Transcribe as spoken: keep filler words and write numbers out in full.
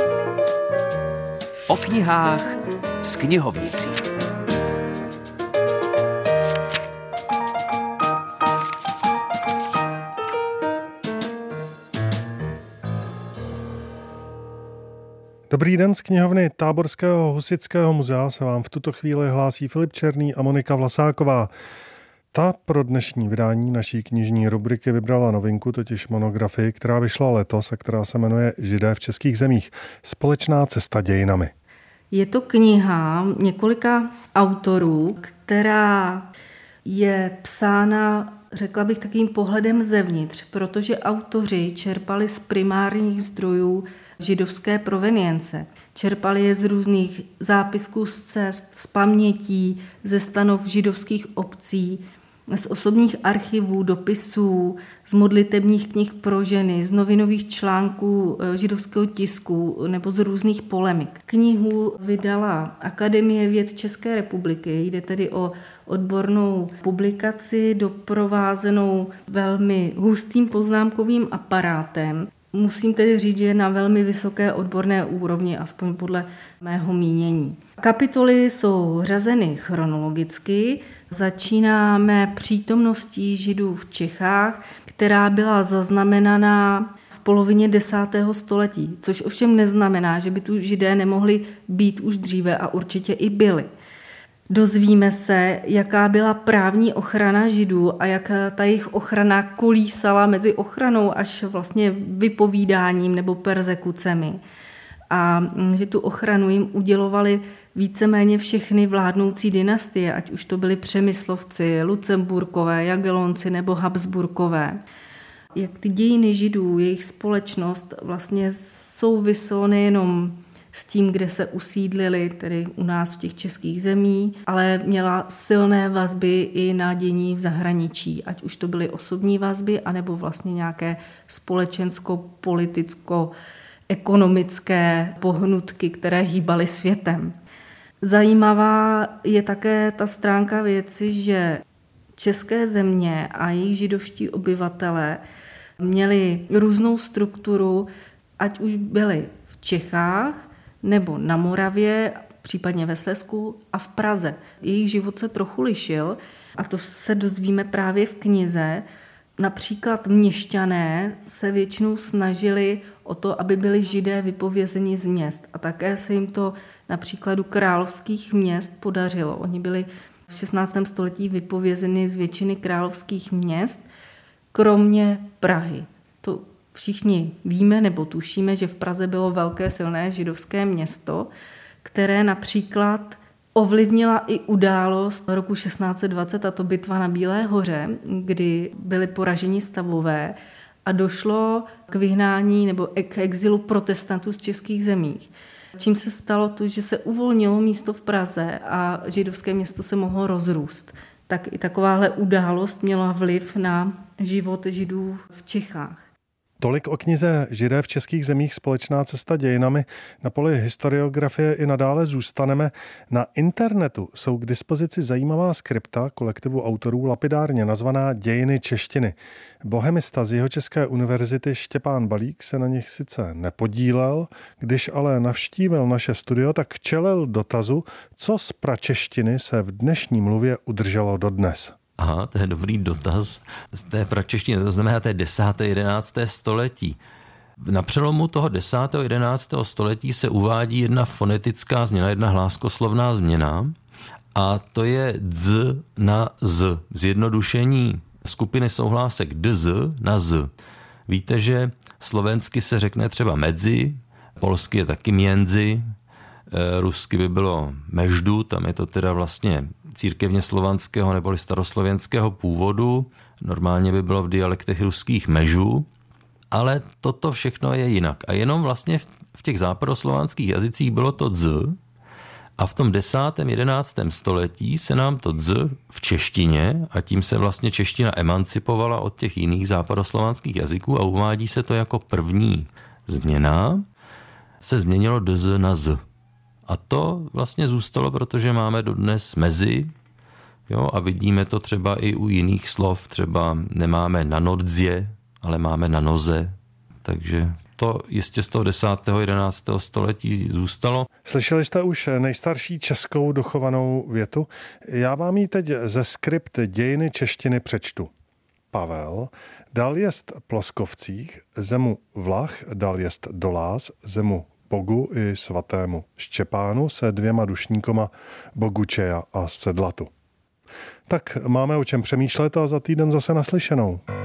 O knihách s knihovnicí. Dobrý den, z knihovny Táborského husitského muzea se vám v tuto chvíli hlásí Filip Černý a Monika Vlasáková. Ta pro dnešní vydání naší knižní rubriky vybrala novinku, totiž monografii, která vyšla letos a která se jmenuje Židé v českých zemích. Společná cesta dějinami. Je to kniha několika autorů, která je psána, řekla bych, takovým pohledem zevnitř, protože autoři čerpali z primárních zdrojů židovské provenience. Čerpali je z různých zápisků z cest, z pamětí, ze stanov židovských obcí, z osobních archivů, dopisů, z modlitebních knih pro ženy, z novinových článků židovského tisku nebo z různých polemik. Knihu vydala Akademie věd České republiky, jde tedy o odbornou publikaci doprovázenou velmi hustým poznámkovým aparátem. Musím tedy říct, že je na velmi vysoké odborné úrovni, aspoň podle mého mínění. Kapitoly jsou řazeny chronologicky. Začínáme přítomností Židů v Čechách, která byla zaznamenaná v polovině desátého století, což ovšem neznamená, že by tu Židé nemohli být už dříve a určitě i byli. Dozvíme se, jaká byla právní ochrana Židů a jak ta jejich ochrana kolísala mezi ochranou až vlastně vypovídáním nebo perzekucemi. A že tu ochranu jim udělovali víceméně všechny vládnoucí dynastie, ať už to byli Přemyslovci, Lucemburkové, Jagellonci nebo Habsburkové. Jak ty dějiny Židů, jejich společnost vlastně souviselo nejenom s tím, kde se usídlili, tedy u nás v těch českých zemí, ale měla silné vazby i na dění v zahraničí, ať už to byly osobní vazby, anebo vlastně nějaké společensko-politicko-ekonomické pohnutky, které hýbaly světem. Zajímavá je také ta stránka věci, že české země a jejich židovští obyvatelé měli různou strukturu, ať už byli v Čechách, nebo na Moravě, případně ve Slezsku a v Praze. Jejich život se trochu lišil a to se dozvíme právě v knize. Například měšťané se většinou snažili o to, aby byli Židé vypovězeni z měst a také se jim to na příkladu královských měst podařilo. Oni byli v šestnáctém století vypovězeni z většiny královských měst, kromě Prahy. To všichni víme nebo tušíme, že v Praze bylo velké silné židovské město, které například ovlivnila i událost roku šestnáct set dvacet, a to bitva na Bílé hoře, kdy byli poraženi stavové a došlo k vyhnání nebo k exilu protestantů z českých zemí. Čím se stalo to, že se uvolnilo místo v Praze a židovské město se mohlo rozrůst. Tak i takováhle událost měla vliv na život Židů v Čechách. Tolik o knize Židé v českých zemích, společná cesta dějinami. Na poli historiografie i nadále zůstaneme. Na internetu jsou k dispozici zajímavá skripta kolektivu autorů lapidárně nazvaná Dějiny češtiny. Bohemista z Jihočeské univerzity Štěpán Balík se na nich sice nepodílel, když ale navštívil naše studio, tak čelil dotazu, co z pračeštiny se v dnešní mluvě udrželo dodnes. Aha, to je dobrý dotaz. Z té pračeštiny, to znamená té desáté jedenácté století. Na přelomu toho desátého jedenáctého století se uvádí jedna fonetická změna, jedna hláskoslovná změna a to je dz na z. Zjednodušení skupiny souhlásek dz na z. Víte, že slovensky se řekne třeba medzi, polsky je taky między, rusky by bylo meždu, tam je to teda vlastně církevně slovanského neboli staroslovenského původu. Normálně by bylo v dialektech ruských mežů, ale toto všechno je jinak. A jenom vlastně v těch západoslovanských jazycích bylo to dz a v tom desátém, jedenáctém století se nám to dz v češtině a tím se vlastně čeština emancipovala od těch jiných západoslovanských jazyků a uvádí se to jako první změna, se změnilo dz na z. A to vlastně zůstalo, protože máme dodnes mezi, jo, a vidíme to třeba i u jiných slov, třeba nemáme na nodze, ale máme na noze, takže to jistě z toho desátého jedenáctého století zůstalo. Slyšeli jste už nejstarší českou dochovanou větu? Já vám ji teď ze skript Dějiny češtiny přečtu. Pavel dal jest ploskovcích, zemu Vlach dal jest dolás, zemu Bogu i svatému Štěpánu se dvěma dušníkoma Bogučeja a Sedlatu. Tak máme o čem přemýšlet a za týden zase naslyšenou.